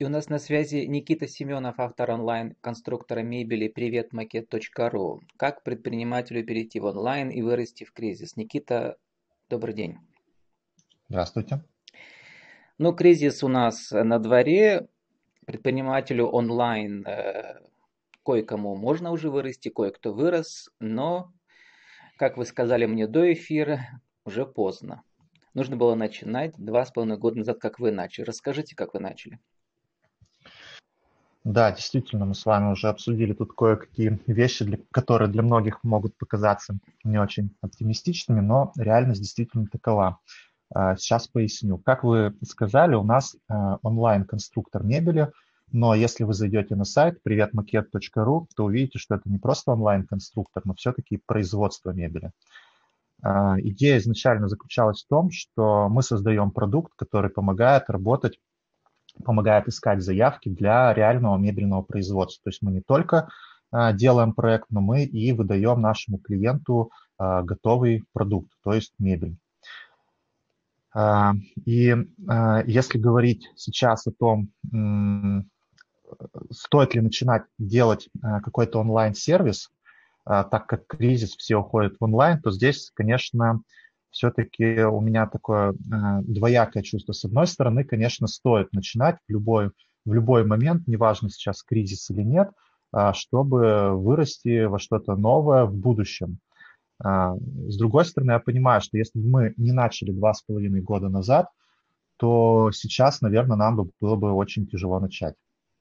И у нас на связи Никита Семенов, автор онлайн-конструктора мебели приветмакет.ру. Как предпринимателю перейти в онлайн и вырасти в кризис? Никита, добрый день. Здравствуйте. Ну, кризис у нас на дворе. Предпринимателю онлайн кое-кому можно уже вырасти, кое-кто вырос, но, как вы сказали мне до эфира, уже поздно. Нужно было начинать 2,5 года назад, как вы начали. Расскажите, как вы начали. Да, действительно, мы с вами уже обсудили тут кое-какие вещи, которые для многих могут показаться не очень оптимистичными, но реальность действительно такова. Сейчас поясню. Как вы сказали, у нас онлайн-конструктор мебели, но если вы зайдете на сайт приветмакет.ру, то увидите, что это не просто онлайн-конструктор, но все-таки производство мебели. Идея изначально заключалась в том, что мы создаем продукт, который помогает искать заявки для реального мебельного производства. То есть мы не только делаем проект, но мы и выдаем нашему клиенту готовый продукт, то есть мебель. И если говорить сейчас о том, стоит ли начинать делать какой-то онлайн-сервис, так как кризис, все уходят в онлайн, то здесь, конечно, все-таки у меня такое двоякое чувство. С одной стороны, конечно, стоит начинать в любой момент, неважно сейчас кризис или нет, чтобы вырасти во что-то новое в будущем. С другой стороны, я понимаю, что если бы мы не начали 2,5 года назад, то сейчас, наверное, было бы очень тяжело начать.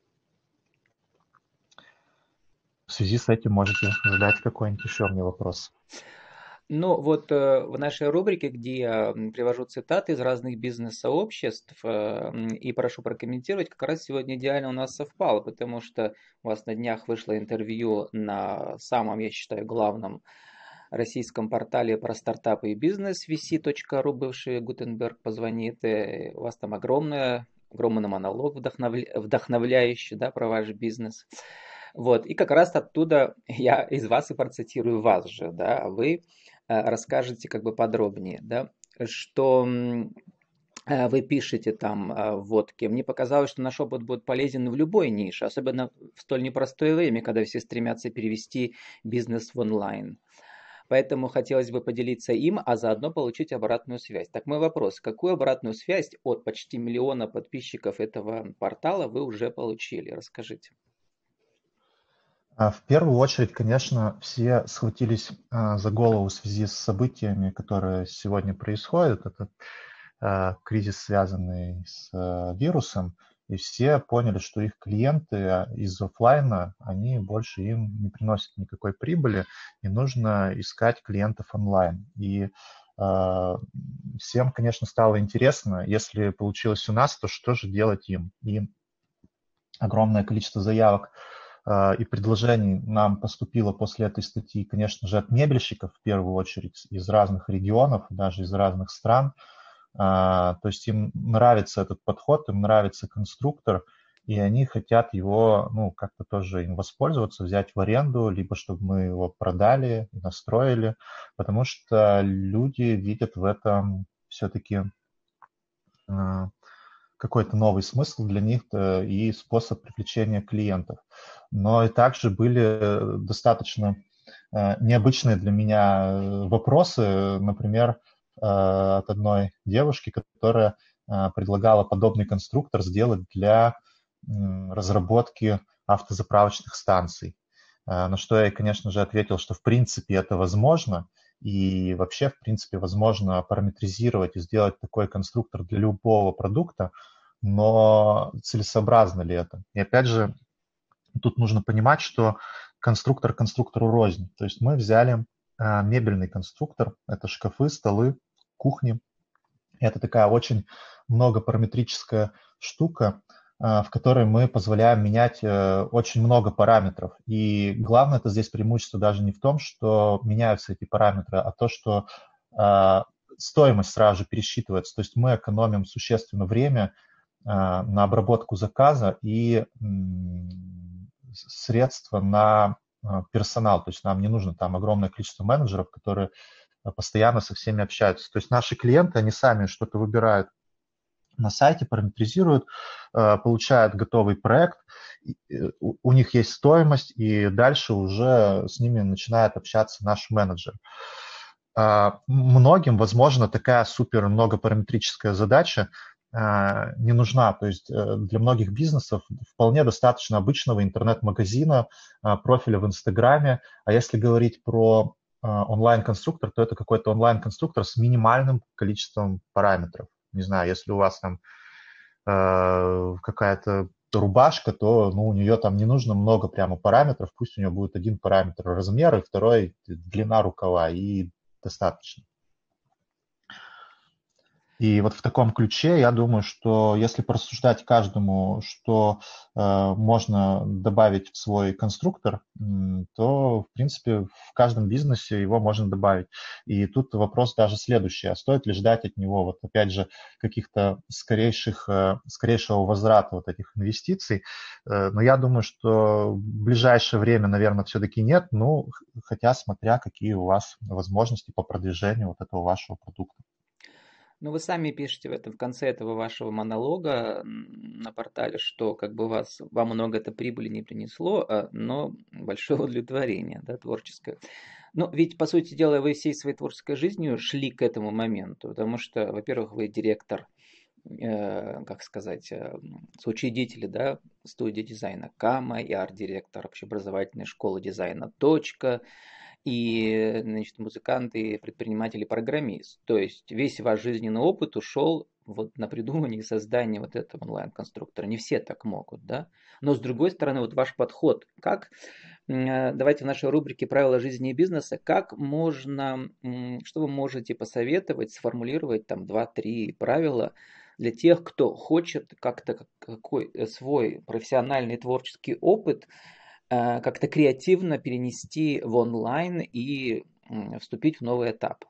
В связи с этим можете задать какой-нибудь еще мне вопрос. Ну, вот в нашей рубрике, где я привожу цитаты из разных бизнес-сообществ и прошу прокомментировать, как раз сегодня идеально у нас совпало, потому что у вас на днях вышло интервью на самом, я считаю, главном российском портале про стартапы и бизнес vc.ru, бывший Гутенберг позвонит, и у вас там огромный монолог вдохновляющий, да, про ваш бизнес. Вот, и как раз оттуда я из вас и процитирую вас же, да, а вы расскажете как бы подробнее, да, что вы пишете там в водке. Мне показалось, что наш опыт будет полезен в любой нише, особенно в столь непростое время, когда все стремятся перевести бизнес в онлайн. Поэтому хотелось бы поделиться им, а заодно получить обратную связь. Так мой вопрос, какую обратную связь от почти миллиона подписчиков этого портала вы уже получили? Расскажите. В первую очередь, конечно, все схватились за голову в связи с событиями, которые сегодня происходят. Это кризис, связанный с вирусом, и все поняли, что их клиенты из оффлайна, они больше им не приносят никакой прибыли, и нужно искать клиентов онлайн. И всем, конечно, стало интересно, если получилось у нас, то что же делать им? И огромное количество заявок и предложений нам поступило после этой статьи, конечно же, от мебельщиков в первую очередь, из разных регионов, даже из разных стран. То есть им нравится этот подход, им нравится конструктор, и они хотят его, ну, как-то тоже им воспользоваться, взять в аренду, либо чтобы мы его продали и настроили, потому что люди видят в этом все-таки какой-то новый смысл для них и способ привлечения клиентов. Но и также были достаточно необычные для меня вопросы, например, от одной девушки, которая предлагала подобный конструктор сделать для разработки автозаправочных станций. На что я, конечно же, ответил, что в принципе это возможно, и вообще, в принципе, возможно параметризировать и сделать такой конструктор для любого продукта, но целесообразно ли это? И опять же, тут нужно понимать, что конструктор конструктору рознь. То есть мы взяли мебельный конструктор, это шкафы, столы, кухни. Это такая очень многопараметрическая штука, в которой мы позволяем менять очень много параметров. И главное это здесь преимущество даже не в том, что меняются эти параметры, а то, что стоимость сразу же пересчитывается. То есть мы экономим существенно время на обработку заказа и средства на персонал. То есть нам не нужно там огромное количество менеджеров, которые постоянно со всеми общаются. То есть наши клиенты, они сами что-то выбирают на сайте, параметризируют, получают готовый проект, у них есть стоимость, и дальше уже с ними начинает общаться наш менеджер. Многим, возможно, такая супер многопараметрическая задача не нужна. То есть для многих бизнесов вполне достаточно обычного интернет-магазина, профиля в Инстаграме. А если говорить про онлайн-конструктор, то это какой-то онлайн-конструктор с минимальным количеством параметров. Не знаю, если у вас там какая-то рубашка, то у нее там не нужно много прямо параметров, пусть у нее будет один параметр размер, и второй длина рукава, и достаточно. И вот в таком ключе я думаю, что если порассуждать каждому, что можно добавить в свой конструктор, то, в принципе, в каждом бизнесе его можно добавить. И тут вопрос даже следующий, а стоит ли ждать от него, вот опять же, каких-то скорейшего возврата вот этих инвестиций? Но я думаю, что в ближайшее время, наверное, все-таки нет, хотя смотря какие у вас возможности по продвижению вот этого вашего продукта. Ну, вы сами пишете в конце этого вашего монолога на портале, что как бы вам много это прибыли не принесло, но большое удовлетворение, да, творческое. Ну, ведь, по сути дела, вы всей своей творческой жизнью шли к этому моменту, потому что, во-первых, вы директор, как сказать, соучредители, да, студии дизайна Кама и арт-директор общеобразовательной школы дизайна Точка, и, значит, музыкант и предприниматель и программист. То есть весь ваш жизненный опыт ушел вот на придумывание и создание вот этого онлайн-конструктора. Не все так могут, да? Но с другой стороны, вот ваш подход, давайте в нашей рубрике «Правила жизни и бизнеса», как можно, что вы можете посоветовать, сформулировать там 2-3 правила для тех, кто хочет как-то какой свой профессиональный творческий опыт как-то креативно перенести в онлайн и вступить в новый этап?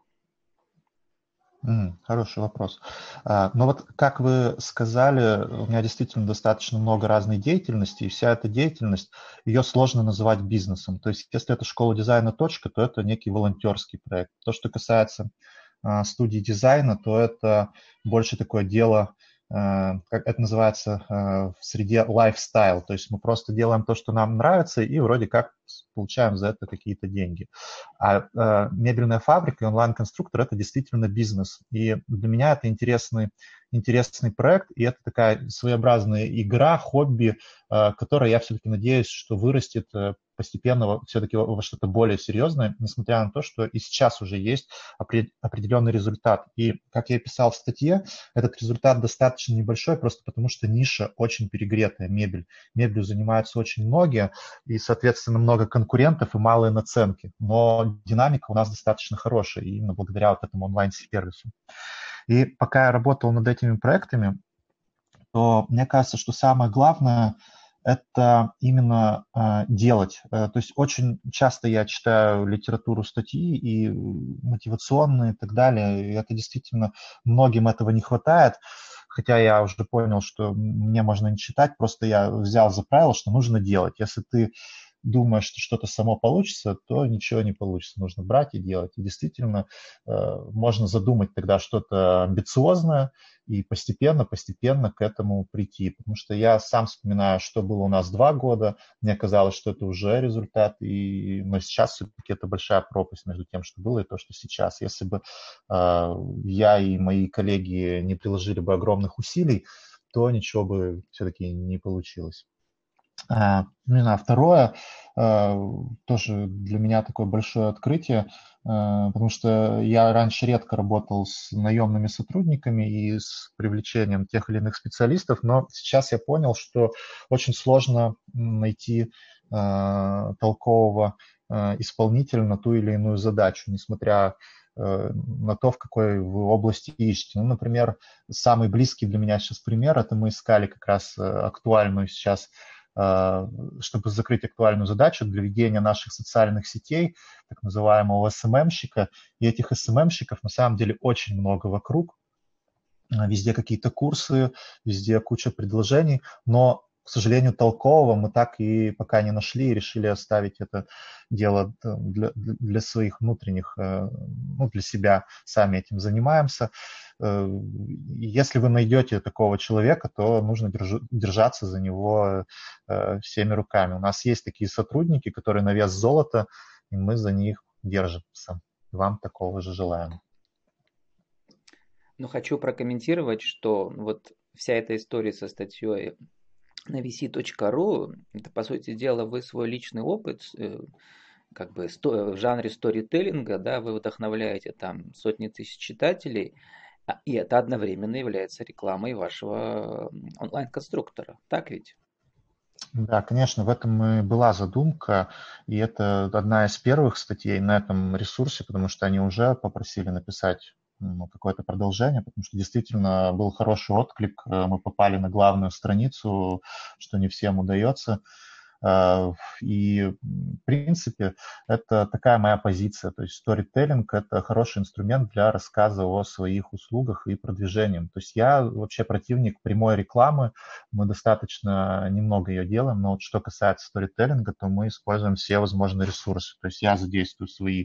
Хороший вопрос. Ну вот, как вы сказали, у меня действительно достаточно много разной деятельности, и вся эта деятельность, ее сложно называть бизнесом. То есть, если это школа дизайна «Точка», то это некий волонтерский проект. То, что касается студии дизайна, то это больше такое дело, как это называется в среде lifestyle. То есть мы просто делаем то, что нам нравится, и вроде как получаем за это какие-то деньги. А мебельная фабрика и онлайн-конструктор – это действительно бизнес. И для меня это интересный проект, и это такая своеобразная игра, хобби, которая, я все-таки надеюсь, что вырастет постепенно все-таки во что-то более серьезное, несмотря на то, что и сейчас уже есть определенный результат. И, как я писал в статье, этот результат достаточно небольшой, просто потому что ниша очень перегретая, мебель. Мебелью занимаются очень многие, и, соответственно, много конкурентов и малые наценки. Но динамика у нас достаточно хорошая, именно благодаря вот этому онлайн-сервису. И пока я работал над этими проектами, то мне кажется, что самое главное – это именно делать. То есть очень часто я читаю литературу, статьи и мотивационные и так далее, и это действительно многим этого не хватает, хотя я уже понял, что мне можно не читать, просто я взял за правило, что нужно делать. Если ты думаешь, что что-то само получится, то ничего не получится. Нужно брать и делать. И действительно можно задумать тогда что-то амбициозное и постепенно к этому прийти. Потому что я сам вспоминаю, что было у нас 2 года. Мне казалось, что это уже результат. Но сейчас все-таки это большая пропасть между тем, что было, и то, что сейчас. Если бы я и мои коллеги не приложили бы огромных усилий, то ничего бы все-таки не получилось. Не знаю, второе, тоже для меня такое большое открытие, потому что я раньше редко работал с наемными сотрудниками и с привлечением тех или иных специалистов, но сейчас я понял, что очень сложно найти толкового исполнителя на ту или иную задачу, несмотря на то, в какой вы области ищете. Например, самый близкий для меня сейчас пример, это мы искали как раз актуальную сейчас, чтобы закрыть актуальную задачу для ведения наших социальных сетей, так называемого СММщика. И этих СММщиков на самом деле очень много вокруг. Везде какие-то курсы, везде куча предложений, но, к сожалению, толкового мы так и пока не нашли и решили оставить это дело для своих внутренних, для себя, сами этим занимаемся. если вы найдете такого человека, то нужно держаться за него всеми руками. У нас есть такие сотрудники, которые на вес золота, и мы за них держимся. Вам такого же желаем. Но хочу прокомментировать, что вот вся эта история со статьей на vc.ru, это, по сути дела, вы свой личный опыт, как бы в жанре сторителлинга, да, вы вдохновляете там сотни тысяч читателей, и это одновременно является рекламой вашего онлайн-конструктора. Так ведь? Да, конечно, в этом и была задумка, и это одна из первых статей на этом ресурсе, потому что они уже попросили написать какое-то продолжение, потому что действительно был хороший отклик, мы попали на главную страницу, что не всем удается. И, в принципе, это такая моя позиция. То есть сторителлинг – это хороший инструмент для рассказа о своих услугах и продвижении. То есть я вообще противник прямой рекламы. Мы достаточно немного ее делаем, но вот что касается сторителлинга, то мы используем все возможные ресурсы. То есть я задействую свои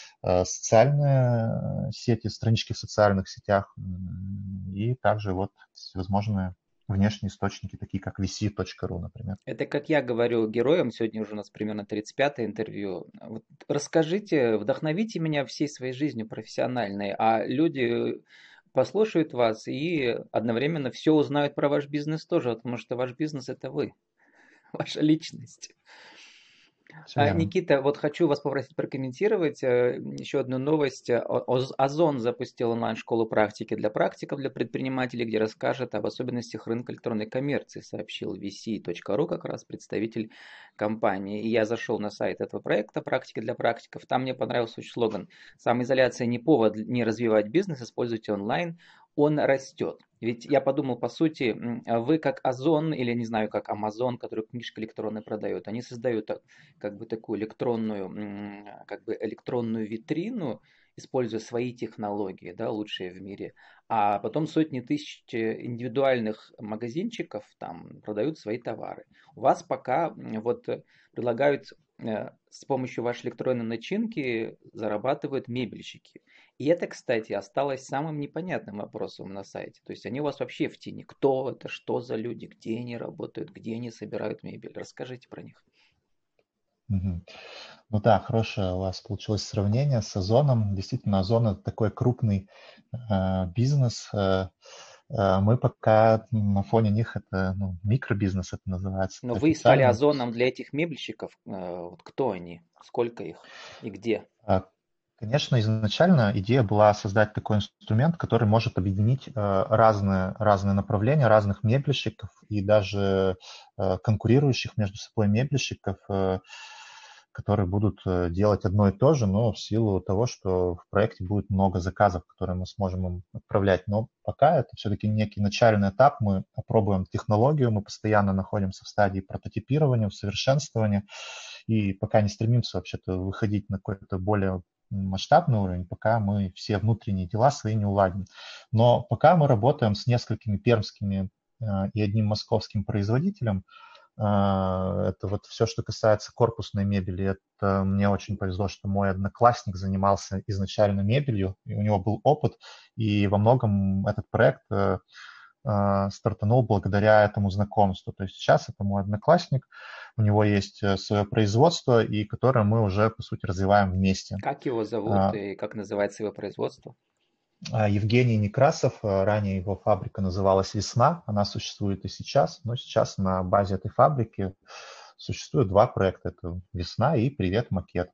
социальные сети, странички в социальных сетях и также вот всевозможные внешние источники, такие как vc.ru, например. Это как я говорю героям, сегодня уже у нас примерно 35-е интервью. Вот расскажите, вдохновите меня всей своей жизнью профессиональной, а люди послушают вас и одновременно все узнают про ваш бизнес тоже, потому что ваш бизнес это вы, ваша личность. Все верно. Никита, вот хочу вас попросить прокомментировать еще одну новость. Озон запустил онлайн-школу практики для практиков, для предпринимателей, где расскажет об особенностях рынка электронной коммерции, сообщил vc.ru, как раз представитель компании. И я зашел на сайт этого проекта «Практики для практиков». Там мне понравился очень слоган: «Самоизоляция не повод не развивать бизнес, используйте онлайн, он растет». Ведь я подумал, по сути, вы как Озон или, не знаю, как Амазон, который книжки электронные продает, они создают как бы такую электронную, как бы электронную витрину, используя свои технологии, да, лучшие в мире, а потом сотни тысяч индивидуальных магазинчиков там продают свои товары. У вас пока вот предлагают с помощью вашей электронной начинки зарабатывают мебельщики. И это, кстати, осталось самым непонятным вопросом на сайте. То есть они у вас вообще в тени. Кто это, что за люди, где они работают, где они собирают мебель. Расскажите про них. Мгм. Ну да, хорошее у вас получилось сравнение с Озоном. Действительно, Озон – это такой крупный бизнес. Мы пока на фоне них это микробизнес, это называется Но вы стали официально. озоном для этих мебельщиков. Вот кто они, сколько их и где? Конечно, изначально идея была создать такой инструмент, который может объединить разные направления разных мебельщиков и даже конкурирующих между собой мебельщиков, которые будут делать одно и то же, но в силу того, что в проекте будет много заказов, которые мы сможем им отправлять. Но пока это все-таки некий начальный этап, мы опробуем технологию, мы постоянно находимся в стадии прототипирования, усовершенствования, и пока не стремимся вообще-то выходить на какой-то более масштабный уровень, пока мы все внутренние дела свои не уладим. Но пока мы работаем с несколькими пермскими и одним московским производителем. Это вот все, что касается корпусной мебели. Это мне очень повезло, что мой одноклассник занимался изначально мебелью, и у него был опыт, и во многом этот проект стартанул благодаря этому знакомству. То есть сейчас это мой одноклассник, у него есть свое производство, и которое мы уже, по сути, развиваем вместе. Как его зовут и как называется его производство? Евгений Некрасов, ранее его фабрика называлась «Весна», она существует и сейчас, но сейчас на базе этой фабрики существует два проекта, это «Весна» и «Привет, макет».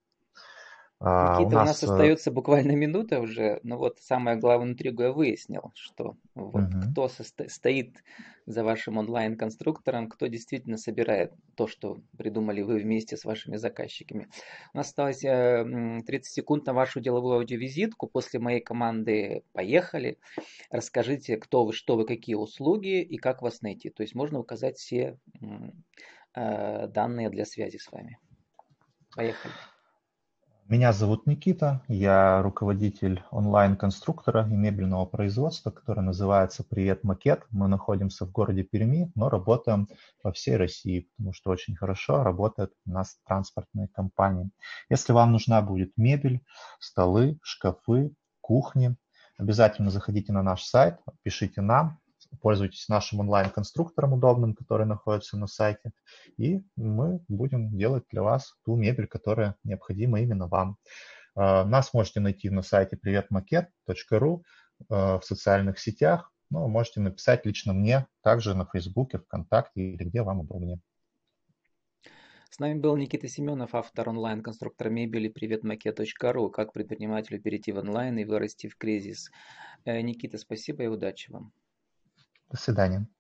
У Никита, у нас нас... остается буквально минута уже, но вот самое главное интригу я выяснил, что вот Мгм. кто стоит за вашим онлайн-конструктором, кто действительно собирает то, что придумали вы вместе с вашими заказчиками. У нас осталось 30 секунд на вашу деловую аудиовизитку. После моей команды поехали. Расскажите, кто вы, что вы, какие услуги и как вас найти. То есть можно указать все данные для связи с вами. Поехали. Меня зовут Никита, я руководитель онлайн-конструктора и мебельного производства, которое называется «Привет, макет». Мы находимся в городе Перми, но работаем по всей России, потому что очень хорошо работают у нас транспортные компании. Если вам нужна будет мебель, столы, шкафы, кухни, обязательно заходите на наш сайт, пишите нам, пользуйтесь нашим онлайн-конструктором удобным, который находится на сайте, и мы будем делать для вас ту мебель, которая необходима именно вам. Нас можете найти на сайте приветмакет.ру, в социальных сетях, но можете написать лично мне, также на Фейсбуке, ВКонтакте или где вам удобнее. С нами был Никита Семенов, автор онлайн-конструктора мебели приветмакет.ру. Как предпринимателю перейти в онлайн и вырасти в кризис. Никита, спасибо и удачи вам. До свидания.